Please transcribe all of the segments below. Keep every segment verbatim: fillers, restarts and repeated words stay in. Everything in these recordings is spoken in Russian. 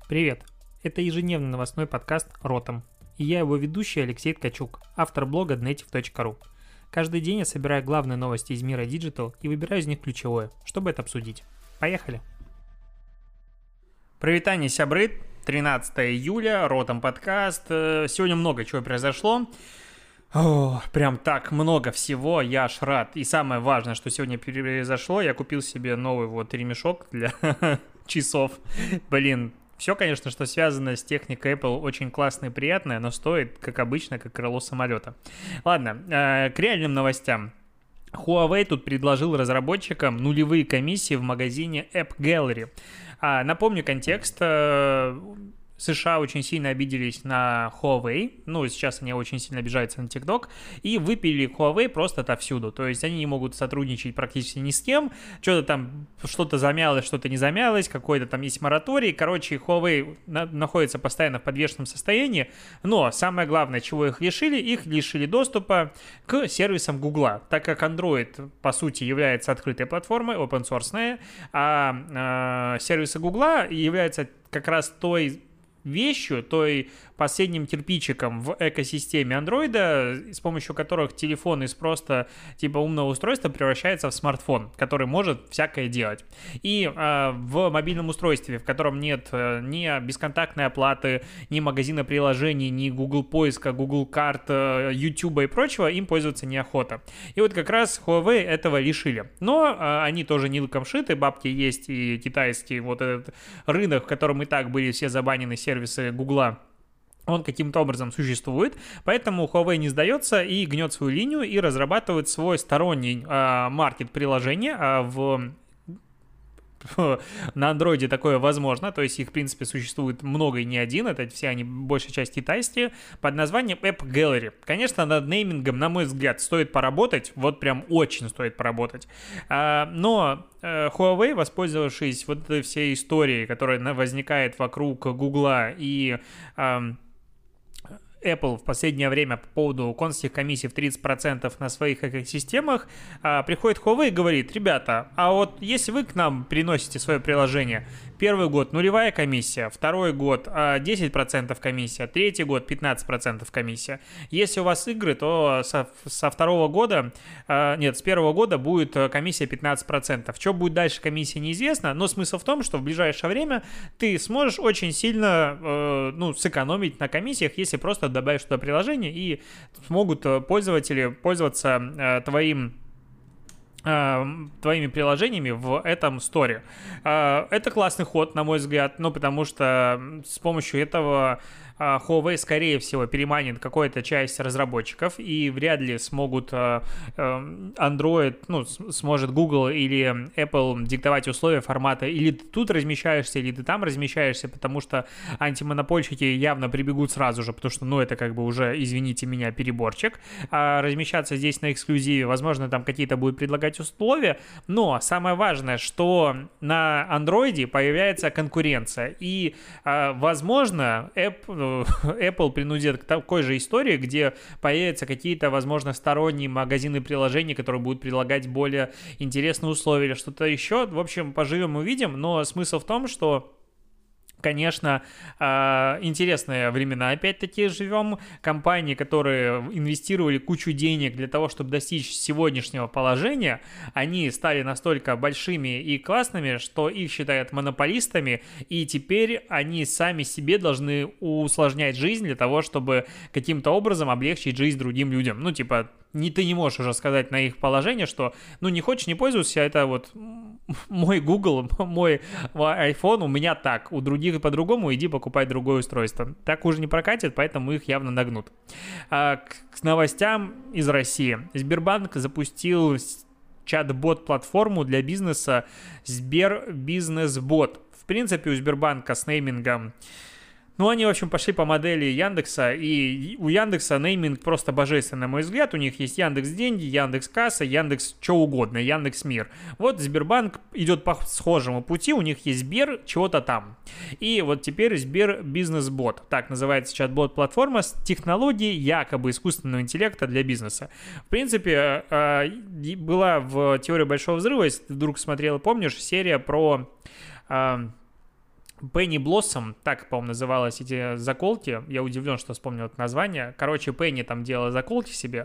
Привет! Это ежедневный новостной подкаст «Ротом». И я его ведущий Алексей Ткачук, автор блога днетив точка ру. Каждый день я собираю главные новости из мира Digital и выбираю из них ключевое, чтобы это обсудить. Поехали! Привитание, сябры! тринадцатого июля, «Ротом» подкаст. Сегодня много чего произошло. О, прям так много всего, я аж рад. И самое важное, что сегодня произошло, я купил себе новый вот ремешок для часов. Блин, все, конечно, что связано с техникой Apple, очень классно и приятное, но стоит, как обычно, как крыло самолета. Ладно, э, к реальным новостям. Huawei тут предложил разработчикам нулевые комиссии в магазине App Gallery. А, напомню контекст. Э, США очень сильно обиделись на Huawei, ну, сейчас они очень сильно обижаются на TikTok, и выпилили Huawei просто отовсюду, то есть они не могут сотрудничать практически ни с кем, что-то там, что-то замялось, что-то не замялось, какой-то там есть мораторий, короче, Huawei на- находится постоянно в подвешенном состоянии, но самое главное, чего их лишили, их лишили доступа к сервисам Гугла, так как Android, по сути, является открытой платформой, open-source, а, а сервисы Гугла являются как раз той вещью, той последним кирпичиком в экосистеме Android, с помощью которых телефон из просто типа умного устройства превращается в смартфон, который может всякое делать. И э, в мобильном устройстве, в котором нет э, ни бесконтактной оплаты, ни магазина приложений, ни Google поиска, Google карт, э, YouTube и прочего, им пользоваться неохота. И вот как раз Huawei этого лишили. Но э, они тоже не лыком шиты, бабки есть, и китайский вот этот рынок, в котором и так были все забанены сервисы Гугла, он каким-то образом существует, поэтому Huawei не сдается и гнет свою линию и разрабатывает свой сторонний э, маркет приложения э, в на андроиде такое возможно, то есть их, в принципе, существует много и не один, это все они, большая часть китайские, под названием App Gallery. Конечно, над неймингом, на мой взгляд, стоит поработать, вот прям очень стоит поработать, но Huawei, воспользовавшись вот этой всей историей, которая возникает вокруг Гугла и Apple в последнее время по поводу консульских комиссий в тридцать процентов на своих экосистемах, а, приходит Huawei и говорит: ребята, а вот если вы к нам приносите свое приложение, первый год нулевая комиссия, второй год а, десять процентов комиссия, третий год пятнадцать процентов комиссия. Если у вас игры, то со, со второго года, а, нет, с первого года будет комиссия пятнадцать процентов. Что будет дальше, комиссия неизвестна, но смысл в том, что в ближайшее время ты сможешь очень сильно э, ну, сэкономить на комиссиях, если просто добавишь туда приложение, и смогут пользователи пользоваться э, твоим твоими приложениями в этом сторе. Это классный ход, на мой взгляд, ну, потому что с помощью этого Huawei, скорее всего, переманит какую-то часть разработчиков, и вряд ли смогут Android, ну, сможет Google или Apple диктовать условия формата, или ты тут размещаешься, или ты там размещаешься, потому что антимонопольщики явно прибегут сразу же, потому что, ну, это как бы уже, извините меня, переборчик. А размещаться здесь на эксклюзиве, возможно, там какие-то будут предлагать условия, но самое важное, что на Android появляется конкуренция, и, возможно, Apple Apple принудит к такой же истории, где появятся какие-то, возможно, сторонние магазины приложений, которые будут предлагать более интересные условия или что-то еще. В общем, поживем увидим, но смысл в том, что, конечно, интересные времена опять-таки живем. Компании, которые инвестировали кучу денег для того, чтобы достичь сегодняшнего положения, они стали настолько большими и классными, что их считают монополистами, и теперь они сами себе должны усложнять жизнь для того, чтобы каким-то образом облегчить жизнь другим людям. Ну, типа, не, ты не можешь уже сказать на их положение, что, ну, не хочешь, не пользуйся, это вот мой Google, мой iPhone, у меня так, у других по-другому, иди покупай другое устройство. Так уже не прокатит, поэтому их явно нагнут. А, к, к новостям из России. Сбербанк запустил чат-бот-платформу для бизнеса Сбербизнес-бот. В принципе, у Сбербанка с неймингом, ну, они, в общем, пошли по модели Яндекса, и у Яндекса нейминг просто божественный, на мой взгляд. У них есть Яндекс Деньги, Яндекс Касса, Яндекс что угодно, Яндекс Мир. Вот Сбербанк идет по схожему пути, у них есть Сбер чего-то там. И вот теперь Сбер Бизнес-бот, так называется чат-бот-платформа с технологией якобы искусственного интеллекта для бизнеса. В принципе, была в «Теории большого взрыва», если ты вдруг смотрел, помнишь, серия про... Penny Blossom, так, по-моему, называлась эти заколки. Я удивлен, что вспомнил это название. Короче, Penny там делала заколки себе,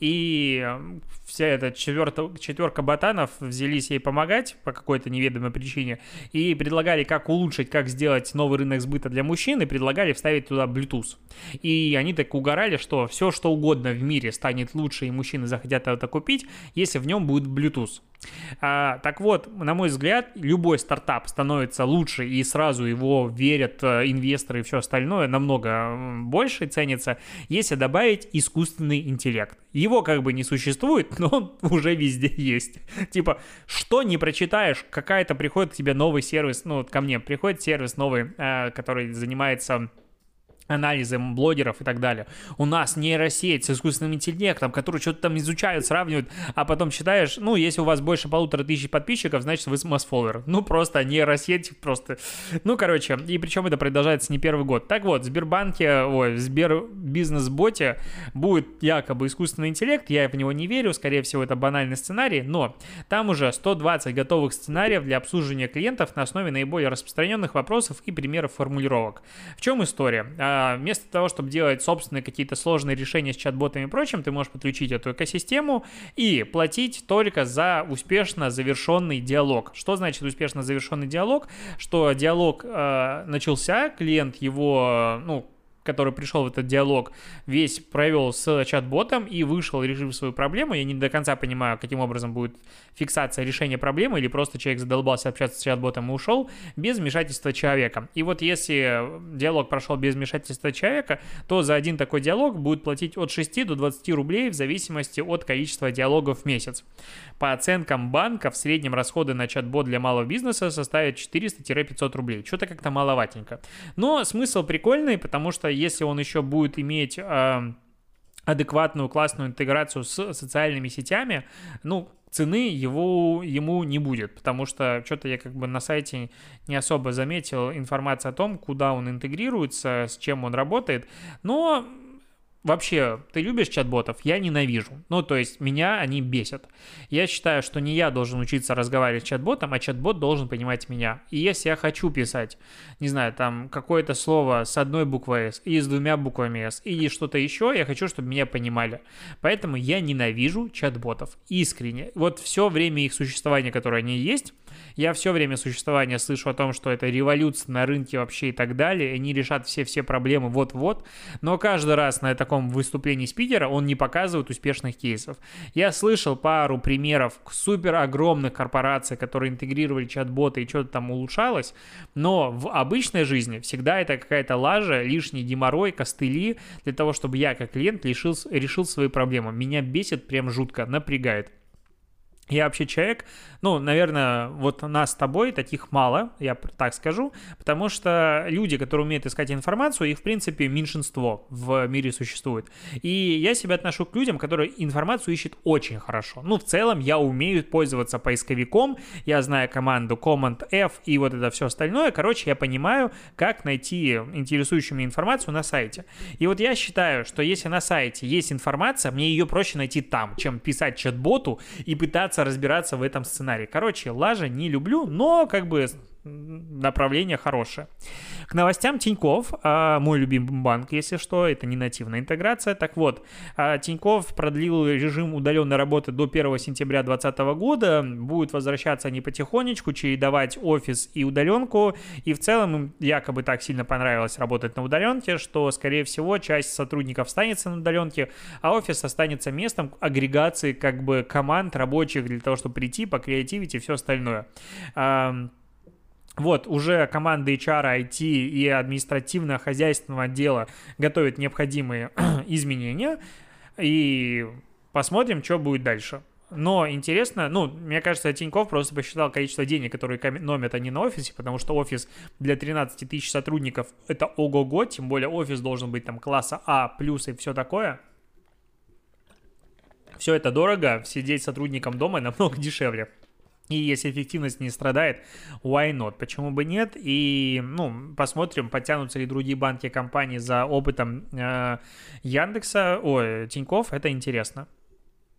и вся эта четверка, четверка ботанов взялись ей помогать по какой-то неведомой причине и предлагали, как улучшить, как сделать новый рынок сбыта для мужчин, и предлагали вставить туда Bluetooth. И они так угорали, что все, что угодно в мире станет лучше, и мужчины захотят это купить, если в нем будет Bluetooth. А, так вот, на мой взгляд, любой стартап становится лучше, и сразу его верят инвесторы и все остальное намного больше ценится, если добавить искусственный интеллект. Его как бы не существует, но он уже везде есть. Типа, что не прочитаешь, какая-то приходит к тебе новый сервис, ну, ко мне приходит сервис новый, который занимается анализом блогеров и так далее. У нас нейросеть с искусственным интеллектом, который что-то там изучают, сравнивают, а потом читаешь, ну, если у вас больше полутора тысяч подписчиков, значит, вы масс-фолловер. Ну, просто нейросеть, просто... Ну, короче, и причем это продолжается не первый год. Так вот, в Сбербанке, ой, в Сбербизнес-боте будет якобы искусственный интеллект, я в него не верю, скорее всего, это банальный сценарий, но там уже сто двадцать готовых сценариев для обслуживания клиентов на основе наиболее распространенных вопросов и примеров формулировок. В чем история? Вместо того, чтобы делать собственные какие-то сложные решения с чат-ботами и прочим, ты можешь подключить эту экосистему и платить только за успешно завершенный диалог. Что значит успешно завершенный диалог? Что диалог э, начался, клиент его, ну, который пришел в этот диалог, весь провел с чат-ботом и вышел, решив свою проблему. Я не до конца понимаю, каким образом будет фиксация решения проблемы, или просто человек задолбался общаться с чат-ботом и ушел без вмешательства человека. И вот если диалог прошел без вмешательства человека, то за один такой диалог будет платить от шести до двадцати рублей в зависимости от количества диалогов в месяц. По оценкам банка, в среднем расходы на чат-бот для малого бизнеса составят четыреста-пятьсот рублей. Что-то как-то маловатенько. Но смысл прикольный, потому что если он еще будет иметь э, адекватную классную интеграцию с социальными сетями, ну, цены его, ему не будет, потому что что-то я как бы на сайте не особо заметил информацию о том, куда он интегрируется, с чем он работает, но... Вообще, ты любишь чат-ботов? Я ненавижу. Ну, то есть, меня они бесят. Я считаю, что не я должен учиться разговаривать с чат-ботом, а чат-бот должен понимать меня. И если я хочу писать, не знаю, там, какое-то слово с одной буквой «С» и с двумя буквами «С», или что-то еще, я хочу, чтобы меня понимали. Поэтому я ненавижу чат-ботов. Искренне. Вот все время их существования, которое они есть, я все время существования слышу о том, что это революция на рынке вообще и так далее, они решат все-все проблемы вот-вот, но каждый раз на таком выступлении спикера он не показывает успешных кейсов. Я слышал пару примеров супер огромных корпораций, которые интегрировали чат-боты и что-то там улучшалось, но в обычной жизни всегда это какая-то лажа, лишний геморрой, костыли для того, чтобы я как клиент решил, решил свои проблемы. Меня бесит прям жутко, напрягает. Я вообще человек, ну, наверное, вот нас с тобой таких мало, я так скажу, потому что люди, которые умеют искать информацию, их, в принципе, меньшинство в мире существует. И я себя отношу к людям, которые информацию ищут очень хорошо. Ну, в целом, я умею пользоваться поисковиком, я знаю команду Command-F и вот это все остальное. Короче, я понимаю, как найти интересующую меня информацию на сайте. И вот я считаю, что если на сайте есть информация, мне ее проще найти там, чем писать чат-боту и пытаться разбираться в этом сценарии. Короче, лажа не люблю, но как бы направление хорошее. К новостям Тинькофф, мой любимый банк, если что, это не нативная интеграция. Так вот, Тинькофф продлил режим удаленной работы до первого сентября две тысячи двадцатого года. Будут возвращаться они потихонечку, чередовать офис и удаленку. И в целом им якобы так сильно понравилось работать на удаленке, что, скорее всего, часть сотрудников останется на удаленке, а офис останется местом агрегации как бы команд рабочих для того, чтобы прийти, покреативить и все остальное. Вот, уже команды эйч ар, ай ти и административно-хозяйственного отдела готовят необходимые изменения, и посмотрим, что будет дальше. Но интересно, ну, мне кажется, Тинькофф просто посчитал количество денег, которые экономят они на офисе, потому что офис для тринадцати тысяч сотрудников – это ого-го, тем более офис должен быть там класса А+, плюс и все такое. Все это дорого, сидеть сотрудником дома намного дешевле. И если эффективность не страдает, why not? Почему бы нет? И, ну, посмотрим, подтянутся ли другие банки, компании за опытом э, Яндекса, ой, Тинькофф, это интересно.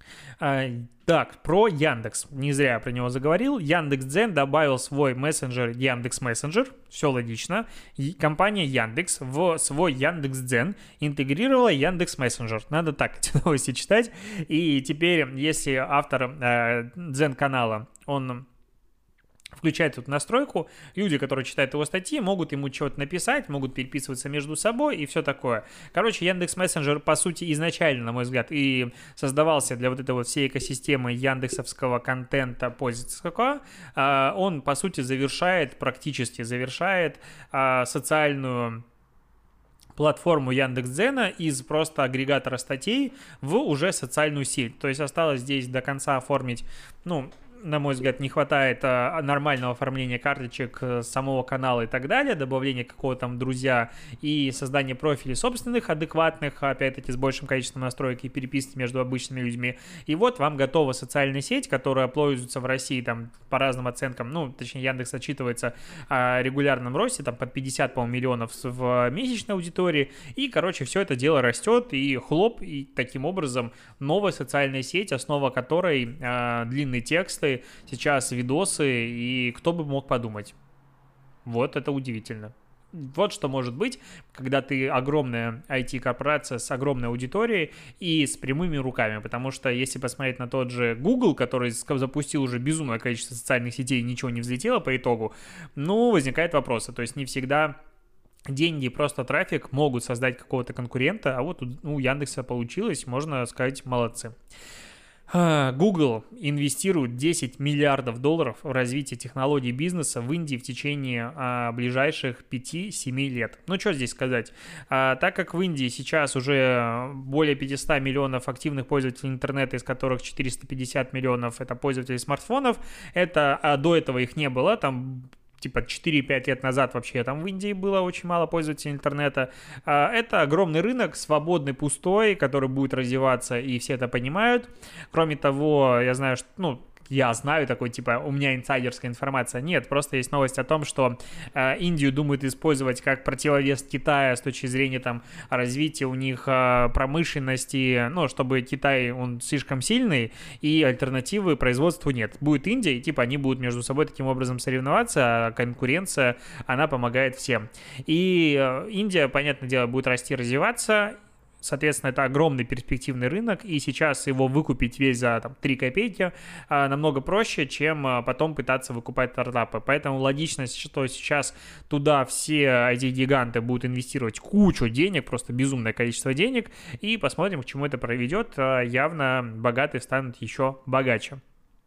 А, так, про Яндекс. Не зря я про него заговорил. Яндекс.Дзен добавил свой мессенджер Яндекс Мессенджер. Все логично. И компания Яндекс в свой Яндекс.Дзен интегрировала Яндекс Мессенджер. Надо так эти новости читать. И теперь, если автор э, Дзен-канала, он включает эту настройку, люди, которые читают его статьи, могут ему чего-то написать, могут переписываться между собой и все такое. Короче, Яндекс Мессенджер, по сути, изначально, на мой взгляд, и создавался для вот этой вот всей экосистемы яндексовского контента пользовательского. Он, по сути, завершает, практически завершает социальную платформу Яндекс.Дзена из просто агрегатора статей в уже социальную сеть. То есть осталось здесь до конца оформить, ну, на мой взгляд, не хватает а, нормального оформления карточек самого канала и так далее, добавления какого-то там друзья и создания профилей собственных, адекватных, опять-таки, с большим количеством настроек и переписки между обычными людьми. И вот вам готова социальная сеть, которая пользуется в России там по разным оценкам, ну, точнее, Яндекс отчитывается о регулярном росте, там под пятьдесят, по-моему, миллионов в месячной аудитории, и, короче, все это дело растет, и хлоп, и таким образом новая социальная сеть, основа которой а, длинные тексты, сейчас видосы, и кто бы мог подумать. Вот это удивительно. Вот что может быть, когда ты огромная ай ти-корпорация с огромной аудиторией и с прямыми руками, потому что если посмотреть на тот же Google, который запустил уже безумное количество социальных сетей и ничего не взлетело по итогу, ну, возникает вопрос, то есть не всегда деньги и просто трафик могут создать какого-то конкурента, а вот у Яндекса получилось, можно сказать, молодцы. Google инвестирует десять миллиардов долларов в развитие технологий бизнеса в Индии в течение а, ближайших пяти-семи лет. Ну, что здесь сказать? А, так как в Индии сейчас уже более пятьсот миллионов активных пользователей интернета, из которых четыреста пятьдесят миллионов это пользователи смартфонов, это, а до этого их не было, там типа четыре-пять лет назад вообще там в Индии было очень мало пользователей интернета. Это огромный рынок, свободный, пустой, который будет развиваться, и все это понимают. Кроме того, я знаю, что, ну, я знаю такой, типа, у меня инсайдерская информация. Нет, просто есть новость о том, что э, Индию думают использовать как противовес Китая с точки зрения там развития у них э, промышленности, ну, чтобы Китай, он слишком сильный, и альтернативы производству нет. Будет Индия, и типа они будут между собой таким образом соревноваться, а конкуренция, она помогает всем. И э, Индия, понятное дело, будет расти, развиваться. Соответственно, это огромный перспективный рынок, и сейчас его выкупить весь за там, три копейки а, намного проще, чем а, потом пытаться выкупать стартапы. Поэтому логично, что сейчас туда все эти гиганты будут инвестировать кучу денег, просто безумное количество денег, и посмотрим, к чему это приведет. А, явно богатые станут еще богаче.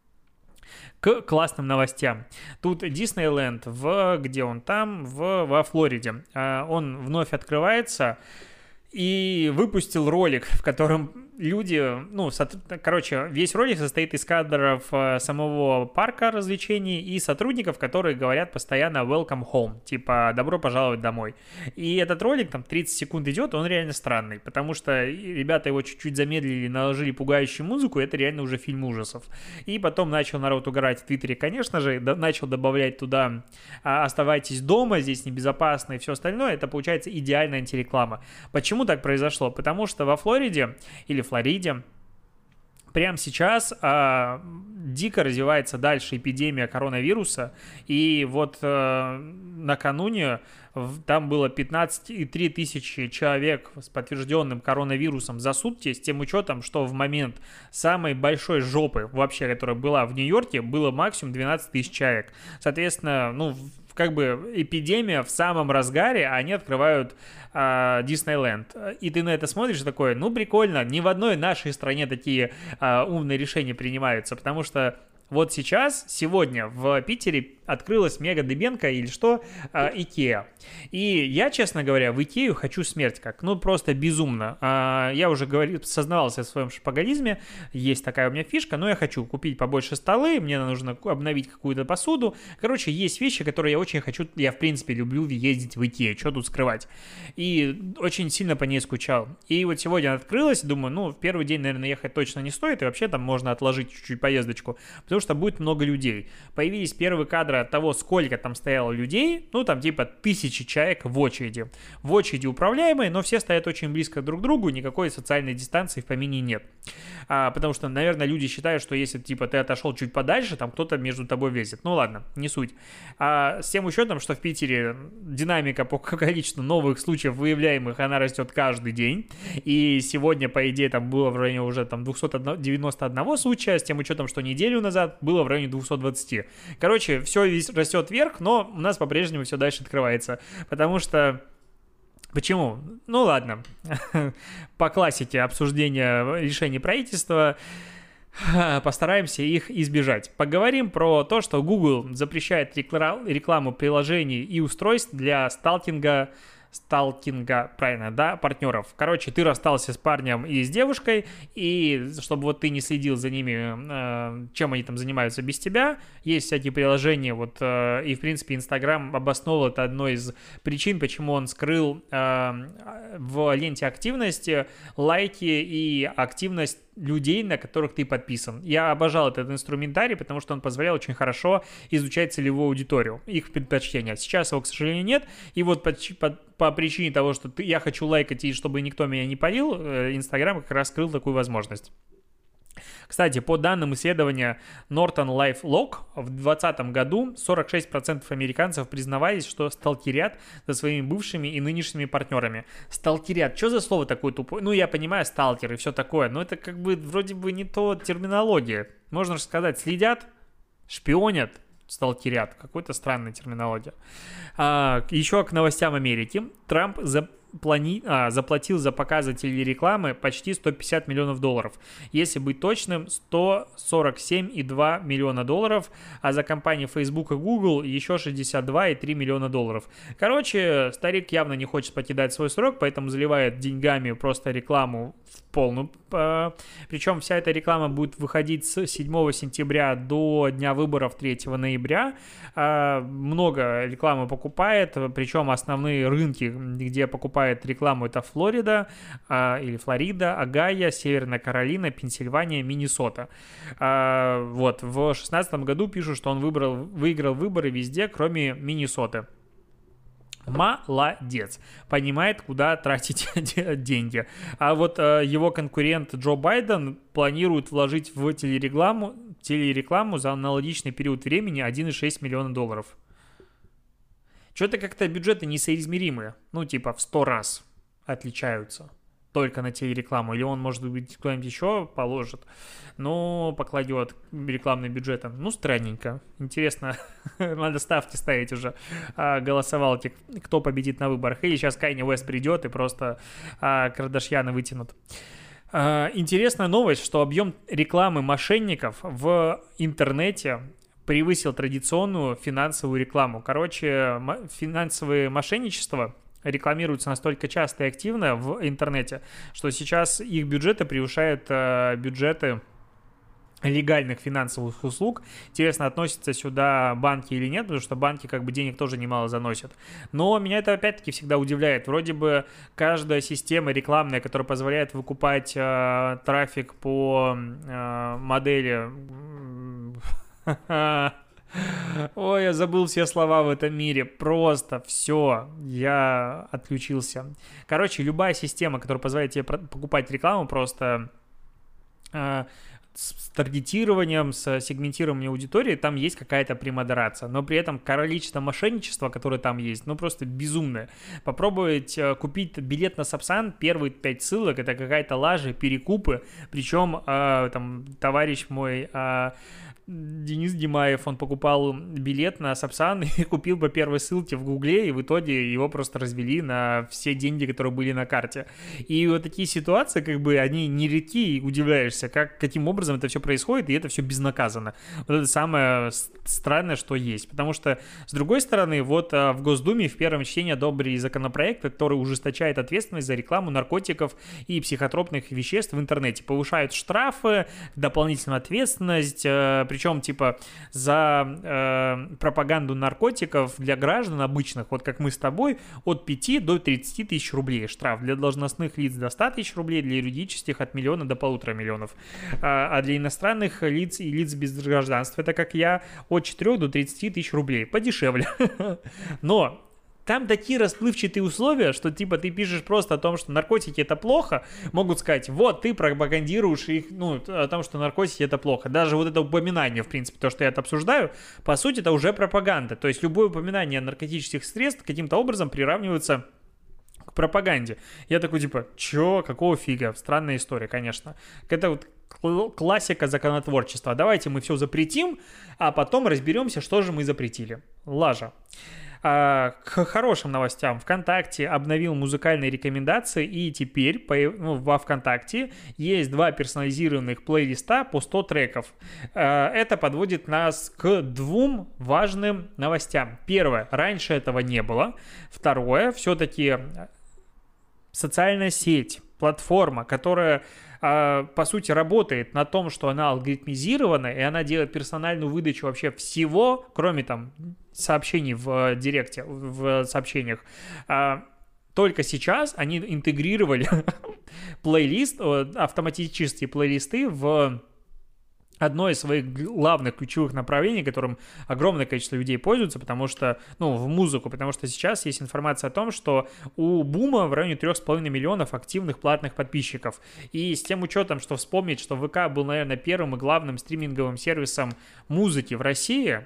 К классным новостям. Тут Диснейленд, в, где он там, в, во Флориде. А, он вновь открывается. И выпустил ролик, в котором люди, ну, сотруд... короче, весь ролик состоит из кадров самого парка развлечений и сотрудников, которые говорят постоянно welcome home, типа добро пожаловать домой. И этот ролик там тридцать секунд идет, он реально странный, потому что ребята его чуть-чуть замедлили, наложили пугающую музыку, и это реально уже фильм ужасов. И потом начал народ угорать в Твиттере, конечно же, да, начал добавлять туда оставайтесь дома, здесь небезопасно и все остальное, это получается идеальная антиреклама. Почему так произошло? Потому что во Флориде или Флориде прямо сейчас а, дико развивается дальше эпидемия коронавируса, и вот а, накануне там было пятнадцать и три тысячи человек с подтвержденным коронавирусом за сутки, с тем учетом, что в момент самой большой жопы вообще, которая была в Нью-Йорке, было максимум двенадцать тысяч человек. Соответственно, ну, как бы эпидемия в самом разгаре, а они открывают а, Диснейленд. И ты на это смотришь такое, ну, прикольно, ни в одной нашей стране такие а, умные решения принимаются, потому что вот сейчас, сегодня в Питере открылась мега Дыбенко или что, а, Икеа. И я, честно говоря, в Икею хочу смерть как, ну просто безумно. А, я уже говорил, сознавался в своем шопоголизме, есть такая у меня фишка, но я хочу купить побольше столы, мне нужно обновить какую-то посуду. Короче, есть вещи, которые я очень хочу, я в принципе люблю ездить в Икею, что тут скрывать. И очень сильно по ней скучал. И вот сегодня она открылась, думаю, ну в первый день, наверное, ехать точно не стоит, и вообще там можно отложить чуть-чуть поездочку, потому что будет много людей. Появились первые кадры от того, сколько там стояло людей, ну, там типа тысячи человек в очереди. В очереди управляемые, но все стоят очень близко друг к другу, никакой социальной дистанции в помине нет. А, потому что, наверное, люди считают, что если типа ты отошел чуть подальше, там кто-то между тобой весит. Ну ладно, не суть. А, с тем учетом, что в Питере динамика по количеству новых случаев выявляемых, она растет каждый день. И сегодня, по идее, там было в районе уже там двести девяносто один случая, с тем учетом, что неделю назад было в районе двести двадцать. Короче, все растет вверх, но у нас по-прежнему все дальше открывается. Потому что... Почему? Ну ладно. По классике обсуждения решений правительства постараемся их избежать. Поговорим про то, что Google запрещает рекламу приложений и устройств для сталкинга сталкинга, правильно, да, партнеров. Короче, ты расстался с парнем и с девушкой, и чтобы вот ты не следил за ними, э, чем они там занимаются без тебя, есть всякие приложения, вот, э, и, в принципе, Инстаграм обосновал это одной из причин, почему он скрыл э, в ленте активности лайки и активность людей, на которых ты подписан. Я обожал этот инструментарий, потому что он позволял очень хорошо изучать целевую аудиторию, их предпочтения. Сейчас его, к сожалению, нет. И вот по, по, по причине того, что ты, я хочу лайкать, и чтобы никто меня не палил, Инстаграм как раз скрыл такую возможность. Кстати, по данным исследования Norton LifeLock, в двадцатом году сорок шесть процентов американцев признавались, что сталкерят за своими бывшими и нынешними партнерами. Сталкерят, что за слово такое тупое? Ну, я понимаю, сталкер и все такое, но это как бы вроде бы не то терминология. Можно же сказать, следят, шпионят, сталкерят. Какой-то странная терминология. А, еще к новостям Америки. Трамп за... Плани... А, заплатил за показатели рекламы почти сто пятьдесят миллионов долларов. Если быть точным, сто сорок семь и два миллиона долларов, а за компании Facebook и Google еще шестьдесят два и три миллиона долларов. Короче, старик явно не хочет покидать свой срок, поэтому заливает деньгами просто рекламу в полную. Причем вся эта реклама будет выходить с седьмого сентября до дня выборов третьего ноября. Много рекламы покупает, причем основные рынки, где покупают рекламу, это Флорида а, или Флорида, Огайо, Северная Каролина, Пенсильвания, Миннесота. А, вот, в шестнадцатом году пишут, что он выбрал, выиграл выборы везде, кроме Миннесоты. Молодец. Понимает, куда тратить деньги. А вот а, его конкурент Джо Байден планирует вложить в телерекламу, телерекламу за аналогичный период времени один и шесть миллиона долларов. Что-то как-то бюджеты несоизмеримые. Ну, типа в сто раз отличаются. Только на телерекламу. Или он, может быть, кто-нибудь еще положит, но покладет рекламный бюджет. Ну, странненько. Интересно. Надо ставки ставить уже. Голосовалки. Кто победит на выборах. Или сейчас Канье Уэст придет и просто Кардашьяна вытянут. Интересная новость, что объем рекламы мошенников в интернете превысил традиционную финансовую рекламу. Короче, финансовые мошенничества рекламируются настолько часто и активно в интернете, что сейчас их бюджеты превышают э, бюджеты легальных финансовых услуг. Интересно, относятся сюда банки или нет, потому что банки как бы денег тоже немало заносят. Но меня это опять-таки всегда удивляет. Вроде бы каждая система рекламная, которая позволяет выкупать э, трафик по э, модели... Ой, я забыл все слова в этом мире. Просто все, я отключился. Короче, любая система, которая позволяет тебе покупать рекламу, просто э, с таргетированием, с сегментированием аудитории, там есть какая-то премодерация. Но при этом количество мошенничества, которое там есть, ну просто безумное. Попробовать э, купить билет на Сапсан, первые пять ссылок, это какая-то лажа, перекупы. Причем э, там товарищ мой... Э, Денис Димаев, он покупал билет на Сапсан и купил по первой ссылке в Гугле, и в итоге его просто развели на все деньги, которые были на карте. И вот такие ситуации, как бы, они нередки, и удивляешься, как, каким образом это все происходит, и это все безнаказанно. Вот это самое странное, что есть. Потому что, с другой стороны, вот в Госдуме в первом чтении одобрили законопроект, который ужесточает ответственность за рекламу наркотиков и психотропных веществ в интернете. Повышают штрафы, дополнительную ответственность, причем причем, типа, за э, пропаганду наркотиков для граждан обычных, вот как мы с тобой, от пяти до тридцати тысяч рублей штраф. Для должностных лиц до ста тысяч рублей, для юридических от миллиона до полутора миллионов. А, а для иностранных лиц и лиц без гражданства, это как я, от четырёх до тридцати тысяч рублей. Подешевле. Но там такие расплывчатые условия, что типа ты пишешь просто о том, что наркотики это плохо, могут сказать, вот ты пропагандируешь их, ну, о том, что наркотики это плохо. Даже вот это упоминание, в принципе, то, что я это обсуждаю, по сути, это уже пропаганда. То есть любое упоминание наркотических средств каким-то образом приравнивается к пропаганде. Я такой, типа, чё, какого фига? Странная история, конечно. Это вот классика законотворчества. Давайте мы все запретим, а потом разберемся, что же мы запретили. Лажа. А, к хорошим новостям. ВКонтакте обновил музыкальные рекомендации, и теперь по, ну, во ВКонтакте есть два персонализированных плейлиста по сто треков. А, это подводит нас к двум важным новостям. Первое, раньше этого не было. Второе, все-таки социальная сеть, платформа, которая по сути, работает на том, что она алгоритмизирована, и она делает персональную выдачу вообще всего, кроме там сообщений в директе, в сообщениях. Только сейчас они интегрировали плейлист, автоматические плейлисты в одно из своих главных ключевых направлений, которым огромное количество людей пользуются, потому что, ну, в музыку, потому что сейчас есть информация о том, что у Бума в районе трех с половиной миллионов активных платных подписчиков. И с тем учетом, что вспомнить, что ВК был, наверное, первым и главным стриминговым сервисом музыки в России,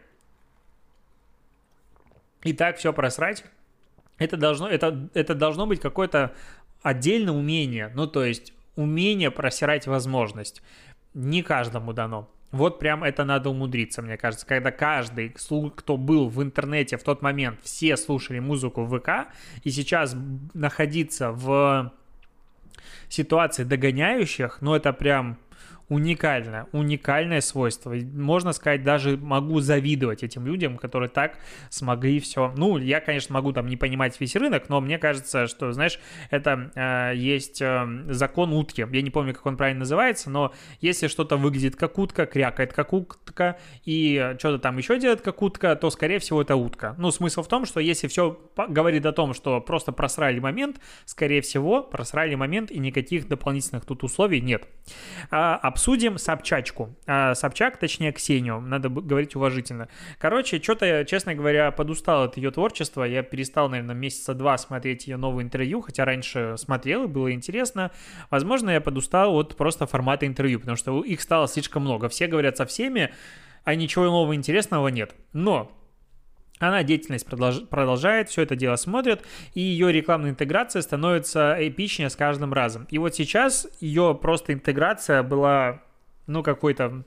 и так все просрать, это должно, это, это должно быть какое-то отдельное умение, ну, то есть умение просирать возможность. Не каждому дано. Вот прям это надо умудриться, мне кажется. Когда каждый, кто был в интернете в тот момент, все слушали музыку в ВК, и сейчас находиться в ситуации догоняющих, ну это прям уникальное, уникальное свойство. Можно сказать, даже могу завидовать этим людям, которые так смогли все. Ну, я, конечно, могу там не понимать весь рынок, но мне кажется, что, знаешь, это э, есть э, закон утки. Я не помню, как он правильно называется, но если что-то выглядит как утка, крякает как утка и что-то там еще делает как утка, то, скорее всего, это утка. Ну, смысл в том, что если все говорит о том, что просто просрали момент, скорее всего, просрали момент и никаких дополнительных тут условий нет. А обсудим Собчачку. А, Собчак, точнее, Ксению. Надо говорить уважительно. Короче, что-то я, честно говоря, подустал от ее творчества. Я перестал, наверное, месяца два смотреть ее новое интервью, хотя раньше смотрел, и было интересно. Возможно, я подустал от просто формата интервью, потому что их стало слишком много. Все говорят со всеми, а ничего нового интересного нет. Но она деятельность продолж... продолжает, все это дело смотрят, и ее рекламная интеграция становится эпичнее с каждым разом. И вот сейчас ее просто интеграция была, ну, какой-то...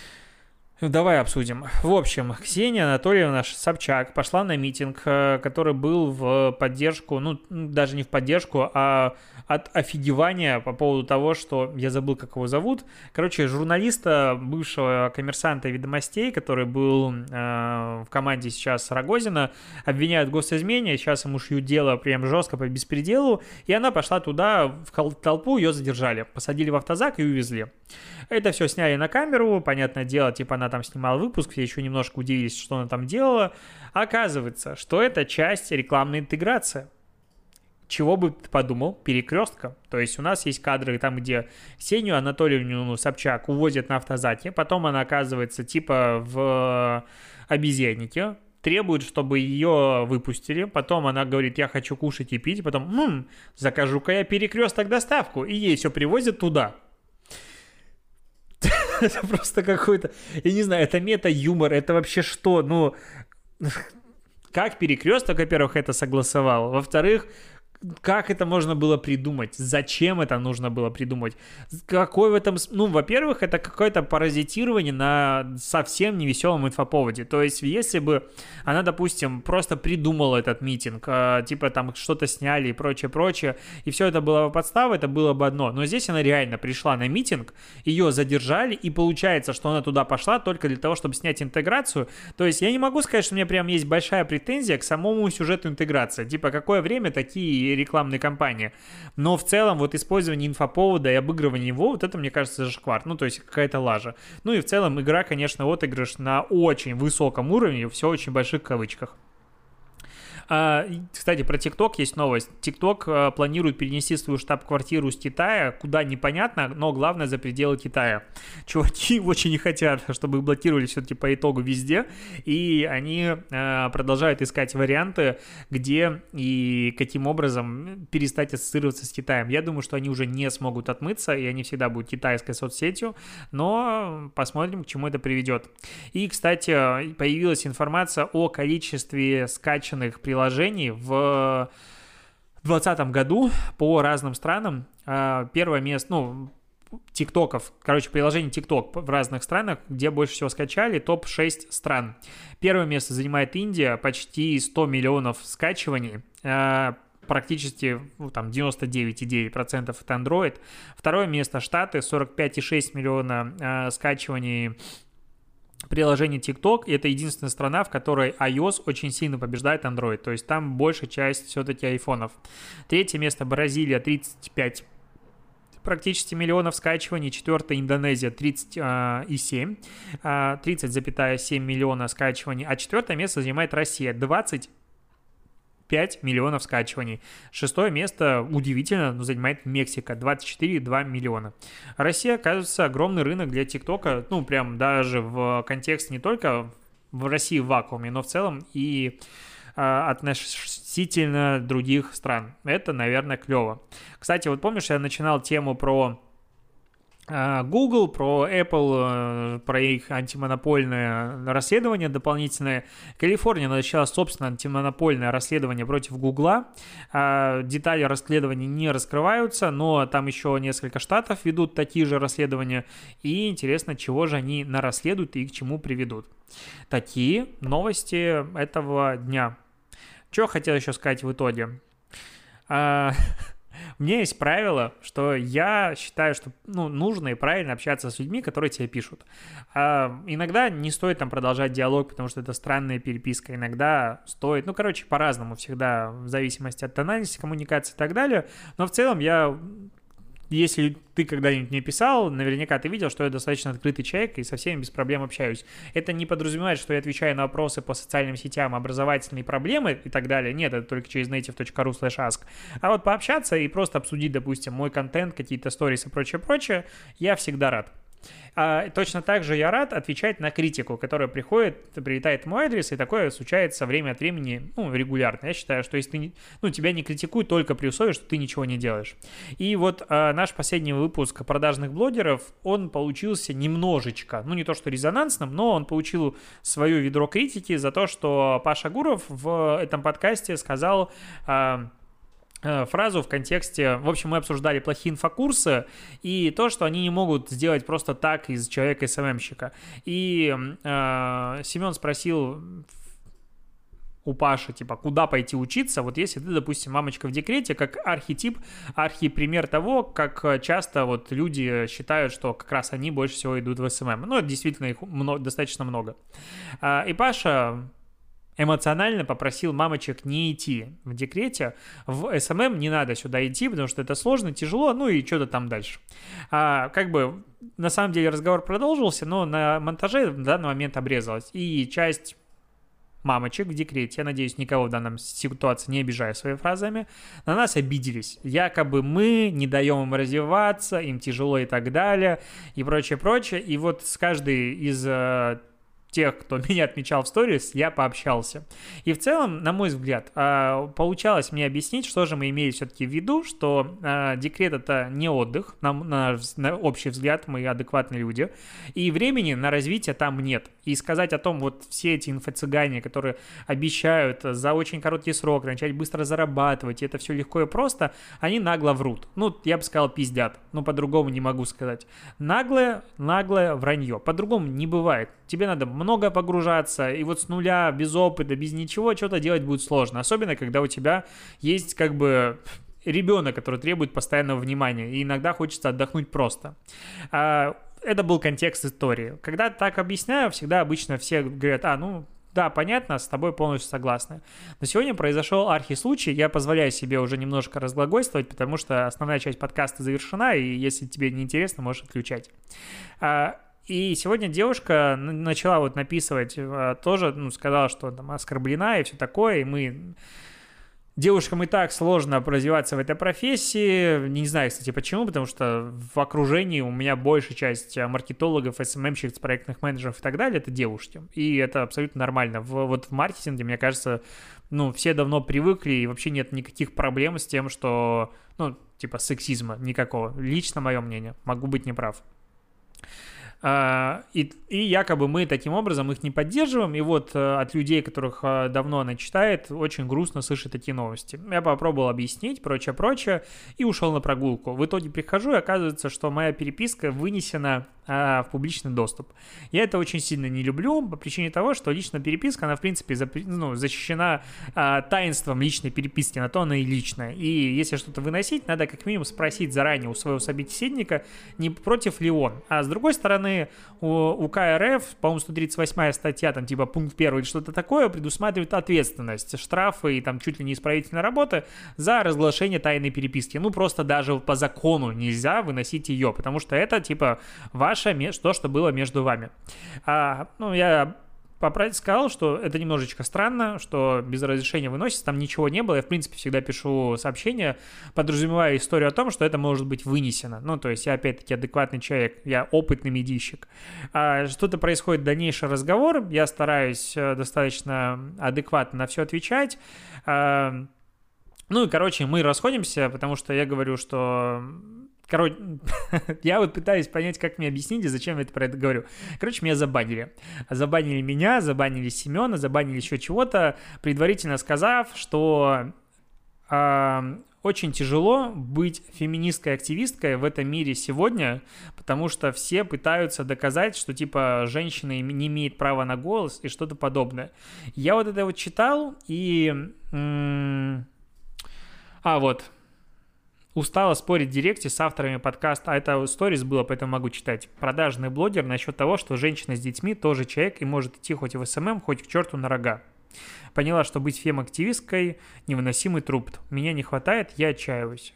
Давай обсудим. В общем, Ксения Анатольевна Собчак пошла на митинг, который был в поддержку, ну, даже не в поддержку, а от офигевания по поводу того, что... Я забыл, как его зовут. Короче, журналиста, бывшего коммерсанта «Ведомостей», который был э, в команде сейчас Рогозина, обвиняют в госизмене, сейчас ему шьют дело прям жестко по беспределу, и она пошла туда, в толпу, ее задержали, посадили в автозак и увезли. Это все сняли на камеру, понятное дело, типа она там снимала выпуск, все еще немножко удивились, что она там делала. Оказывается, что это часть рекламной интеграции. Чего бы ты подумал? Перекрестка. То есть у нас есть кадры там, где Ксению Анатольевну Собчак увозят на автозаке, потом она оказывается типа в обезьяннике, требует, чтобы ее выпустили, потом она говорит, я хочу кушать и пить, потом, м-м, закажу-ка я перекресток доставку, и ей все привозят туда. Это просто какой-то, я не знаю, это мета-юмор, это вообще что? Ну, как Перекресток, во-первых, это согласовал, во-вторых, как это можно было придумать? Зачем это нужно было придумать? Какой в этом... Ну, во-первых, это какое-то паразитирование на совсем невеселом инфоповоде. То есть, если бы она, допустим, просто придумала этот митинг, э, типа там что-то сняли и прочее-прочее, и все это было бы подстава, это было бы одно. Но здесь она реально пришла на митинг, ее задержали, и получается, что она туда пошла только для того, чтобы снять интеграцию. То есть, я не могу сказать, что у меня прям есть большая претензия к самому сюжету интеграции. Типа, какое время такие и рекламные кампании. Но в целом вот использование инфоповода и обыгрывание его, вот это, мне кажется, зашквар. Ну, то есть какая-то лажа. Ну и в целом игра, конечно, отыгрыш на очень высоком уровне, все в очень больших кавычках. А, кстати, про TikTok есть новость. TikTok а, планирует перенести свою штаб-квартиру с Китая, куда непонятно, но главное за пределы Китая. Чуваки очень не хотят, чтобы их блокировали все-таки по итогу везде, и они а, продолжают искать варианты, где и каким образом перестать ассоциироваться с Китаем. Я думаю, что они уже не смогут отмыться, и они всегда будут китайской соцсетью, но посмотрим, к чему это приведет. И, кстати, появилась информация о количестве скачанных приложений приложений в двадцатом году по разным странам. Первое место, ну, тиктоков, короче, приложение TikTok в разных странах, где больше всего скачали, топ шесть стран. Первое место занимает Индия, почти сто миллионов скачиваний, практически ну, там девяносто девять целых девять десятых процента это Android. Второе место Штаты, сорок пять целых шесть десятых миллиона скачиваний приложение TikTok, и это единственная страна, в которой iOS очень сильно побеждает Android, то есть там большая часть все-таки айфонов. Третье место Бразилия, тридцать пять практически миллионов скачиваний. Четвертое Индонезия, тридцать и семь, тридцать целых семь миллиона скачиваний. А четвертое место занимает Россия, двадцать пять миллионов скачиваний. Шестое место, удивительно, занимает Мексика, двадцать четыре целых два миллиона. Россия, оказывается, огромный рынок для ТикТока, ну, прям даже в контексте не только в России в вакууме, но в целом и а, относительно других стран. Это, наверное, клево. Кстати, вот помнишь, я начинал тему про Google, про Apple, про их антимонопольное расследование дополнительное. Калифорния начала, собственно, антимонопольное расследование против Google. Детали расследования не раскрываются, но там еще несколько штатов ведут такие же расследования. И интересно, чего же они нарасследуют и к чему приведут. Такие новости этого дня. Что хотел еще сказать в итоге? У меня есть правило, что я считаю, что ну, нужно и правильно общаться с людьми, которые тебе пишут. А иногда не стоит там продолжать диалог, потому что это странная переписка. Иногда стоит, ну, короче, по-разному всегда, в зависимости от тональности коммуникации и так далее. Но в целом я... Если ты когда-нибудь мне писал, наверняка ты видел, что я достаточно открытый человек и со всеми без проблем общаюсь. Это не подразумевает, что я отвечаю на вопросы по социальным сетям, образовательные проблемы и так далее. Нет, это только через native точка ру слэш ask. А вот пообщаться и просто обсудить, допустим, мой контент, какие-то сторис и прочее-прочее, я всегда рад. А точно так же я рад отвечать на критику, которая приходит, прилетает в мой адрес, и такое случается время от времени, ну, регулярно. Я считаю, что если ты, ну, тебя не критикуют только при условии, что ты ничего не делаешь. И вот а, наш последний выпуск продажных блогеров, он получился немножечко, ну, не то что резонансным, но он получил свое ведро критики за то, что Паша Гуров в этом подкасте сказал... А, фразу в контексте, в общем, мы обсуждали плохие инфокурсы и то, что они не могут сделать просто так из человека эс эм эм-щика. И э, Семен спросил у Паши, типа, куда пойти учиться, вот если ты, допустим, мамочка в декрете, как архетип, архипример того, как часто вот люди считают, что как раз они больше всего идут в эс эм эм. Ну, это действительно их много, достаточно много. И Паша... эмоционально попросил мамочек не идти в декрете, в эс эм эм не надо сюда идти, потому что это сложно, тяжело, ну и что-то там дальше. А, как бы, на самом деле разговор продолжился, но на монтаже в данный момент обрезалось, и часть мамочек в декрете, я надеюсь, никого в данном ситуации не обижаю своими фразами, на нас обиделись. Якобы мы не даем им развиваться, им тяжело и так далее, и прочее-прочее, и вот с каждой из... тех, кто меня отмечал в сторис, я пообщался. И в целом, на мой взгляд, получалось мне объяснить, что же мы имели все-таки в виду, что декрет — это не отдых, на, на, на общий взгляд, мы адекватные люди, и времени на развитие там нет. И сказать о том, вот все эти инфо-цыгане, которые обещают за очень короткий срок начать быстро зарабатывать, и это все легко и просто, они нагло врут. Ну, я бы сказал, пиздят. Ну, по-другому не могу сказать. Наглое, наглое вранье. По-другому не бывает. Тебе надо много погружаться, и вот с нуля, без опыта, без ничего, что-то делать будет сложно. Особенно, когда у тебя есть как бы ребенок, который требует постоянного внимания, и иногда хочется отдохнуть просто. Это был контекст истории. Когда так объясняю, всегда обычно все говорят, а, ну, Да, понятно, с тобой полностью согласна. Но сегодня произошел архи-случай, я позволяю себе уже немножко разглагольствовать, потому что основная часть подкаста завершена, и если тебе не интересно, можешь отключать. И сегодня девушка начала вот написывать тоже, ну, сказала, что там оскорблена и все такое, и мы... Девушкам и так сложно развиваться в этой профессии. Не знаю, кстати, почему, потому что в окружении у меня большая часть маркетологов, эс эм эм-щиков, проектных менеджеров и так далее — это девушки. И это абсолютно нормально. В, вот в маркетинге, мне кажется, ну, все давно привыкли, и вообще нет никаких проблем с тем, что, ну, типа сексизма никакого. Лично мое мнение. Могу быть неправ. Uh, и, и якобы мы таким образом их не поддерживаем, и вот uh, от людей, которых uh, давно она читает, очень грустно слышать такие новости. Я попробовал объяснить, прочее-прочее, и ушел на прогулку. В итоге прихожу, и оказывается, что моя переписка вынесена uh, в публичный доступ. Я это очень сильно не люблю, по причине того, что личная переписка, она в принципе запр... ну, защищена uh, таинством личной переписки, на то она и личная. И если что-то выносить, надо как минимум спросить заранее у своего собеседника, не против ли он. А с другой стороны, У, у ка эр эф, по-моему, сто тридцать восьмая статья, там типа пункт первый или что-то такое, предусматривает ответственность, штрафы и там чуть ли не исправительная работа за разглашение тайной переписки. Ну, просто даже по закону нельзя выносить ее, потому что это типа ваше, то, что было между вами. А, ну, я... сказал, что это немножечко странно, что без разрешения выносится, там ничего не было. Я, в принципе, всегда пишу сообщения, подразумевая историю о том, что это может быть вынесено. Ну, то есть я, опять-таки, адекватный человек, я опытный медийщик. А что-то происходит, дальнейший разговор, я стараюсь достаточно адекватно на все отвечать. А, ну и, короче, мы расходимся, потому что я говорю, что... Короче, я вот пытаюсь понять, как мне объяснить и зачем я это про это говорю. Короче, меня забанили. Забанили меня, забанили Семена, забанили еще чего-то, предварительно сказав, что э, очень тяжело быть феминисткой активисткой в этом мире сегодня, потому что все пытаются доказать, что типа женщина не имеет права на голос и что-то подобное. Я вот это вот читал и... М- а, вот... Устала спорить в директе с авторами подкаста, а это сторис было, поэтому могу читать. Продажный блогер насчет того, что женщина с детьми тоже человек и может идти хоть в эс эм эм, хоть к черту на рога. Поняла, что быть фем-активисткой – невыносимый труд. Меня не хватает, я отчаиваюсь.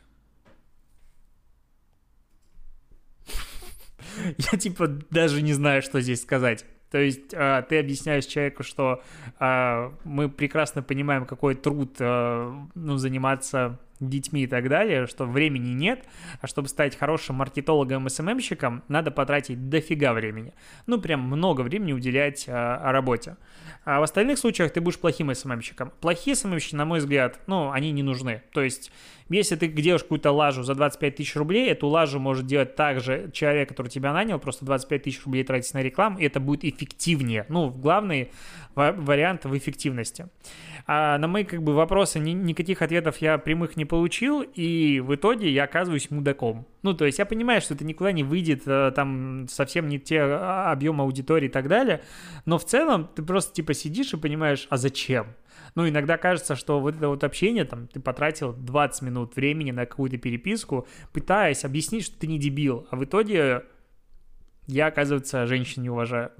Я типа даже не знаю, что здесь сказать. То есть э, ты объясняешь человеку, что э, мы прекрасно понимаем, какой труд э, ну, заниматься детьми и так далее, что времени нет, а чтобы стать хорошим маркетологом, эс эм эм-щиком, надо потратить дофига времени. Ну, прям много времени уделять э, работе. А в остальных случаях ты будешь плохим эс эм эм-щиком. Плохие эс эм эм-щики, на мой взгляд, ну, они не нужны. То есть, если ты делаешь какую-то лажу за двадцать пять тысяч рублей, эту лажу может делать также человек, который тебя нанял, просто двадцать пять тысяч рублей тратить на рекламу, и это будет эффективнее. Ну, главный вариант в эффективности. А на мои как бы вопросы ни, никаких ответов я прямых не получил, и в итоге я оказываюсь мудаком. Ну, то есть я понимаю, что это никуда не выйдет, там совсем не те объемы аудитории и так далее, но в целом ты просто типа сидишь и понимаешь, а зачем? Ну, иногда кажется, что вот это вот общение, там, ты потратил двадцать минут времени на какую-то переписку, пытаясь объяснить, что ты не дебил, а в итоге я, оказывается, женщин не уважаю.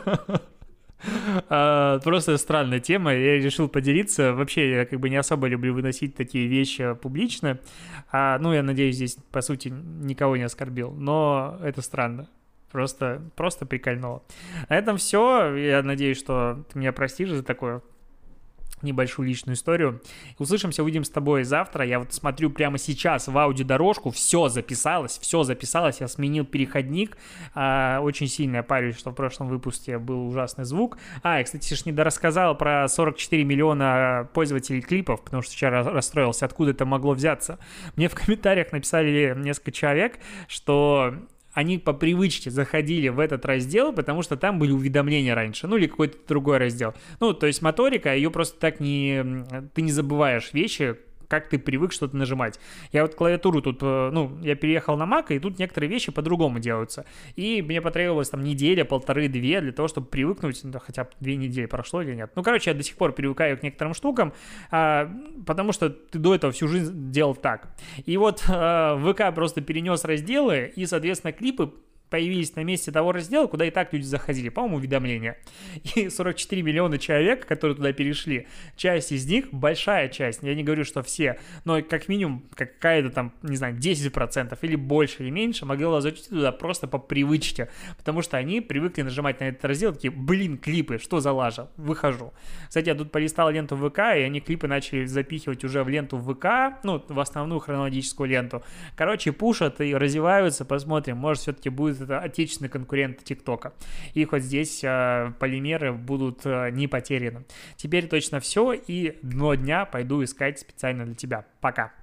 Просто странная тема, я решил поделиться. Вообще, я как бы не особо люблю выносить такие вещи публично. А, ну, я надеюсь, здесь, по сути, никого не оскорбил, но это странно. Просто, просто прикольнуло. На этом все. Я надеюсь, что ты меня простишь за такое небольшую личную историю. Услышимся, увидим с тобой завтра. Я вот смотрю прямо сейчас в аудиодорожку, все записалось, все записалось, я сменил переходник. А, очень сильно я парюсь, что в прошлом выпуске был ужасный звук. А, я, кстати, ж не дорассказал про сорок четыре миллиона пользователей клипов, потому что вчера расстроился, откуда это могло взяться. Мне в комментариях написали несколько человек, что они по привычке заходили в этот раздел, потому что там были уведомления раньше, ну или какой-то другой раздел. Ну, то есть моторика, ее просто так не... Ты не забываешь вещи, как ты привык что-то нажимать. Я вот клавиатуру тут, ну, я переехал на Mac, и тут некоторые вещи по-другому делаются. И мне потребовалось там неделя, полторы-две для того, чтобы привыкнуть, да, хотя бы две недели прошло или нет. Ну, короче, я до сих пор привыкаю к некоторым штукам, а, потому что ты до этого всю жизнь делал так. И вот а, вэ ка просто перенес разделы, и, соответственно, клипы появились на месте того раздела, куда и так люди заходили, по-моему, уведомления. И сорок четыре миллиона человек, которые туда перешли, часть из них, большая часть, я не говорю, что все, но как минимум какая-то там, не знаю, десять процентов или больше, или меньше, могла зайти туда просто по привычке, потому что они привыкли нажимать на этот раздел, такие, блин, клипы, что за лажа, выхожу. Кстати, я тут полистал ленту ВК, и они клипы начали запихивать уже в ленту ВК, ну, в основную хронологическую ленту. Короче, пушат и развиваются, посмотрим, может, все-таки будет это отечественный конкурент ТикТока. И хоть здесь э, полимеры будут э, не потеряны. Теперь точно все, и дно дня пойду искать специально для тебя. Пока.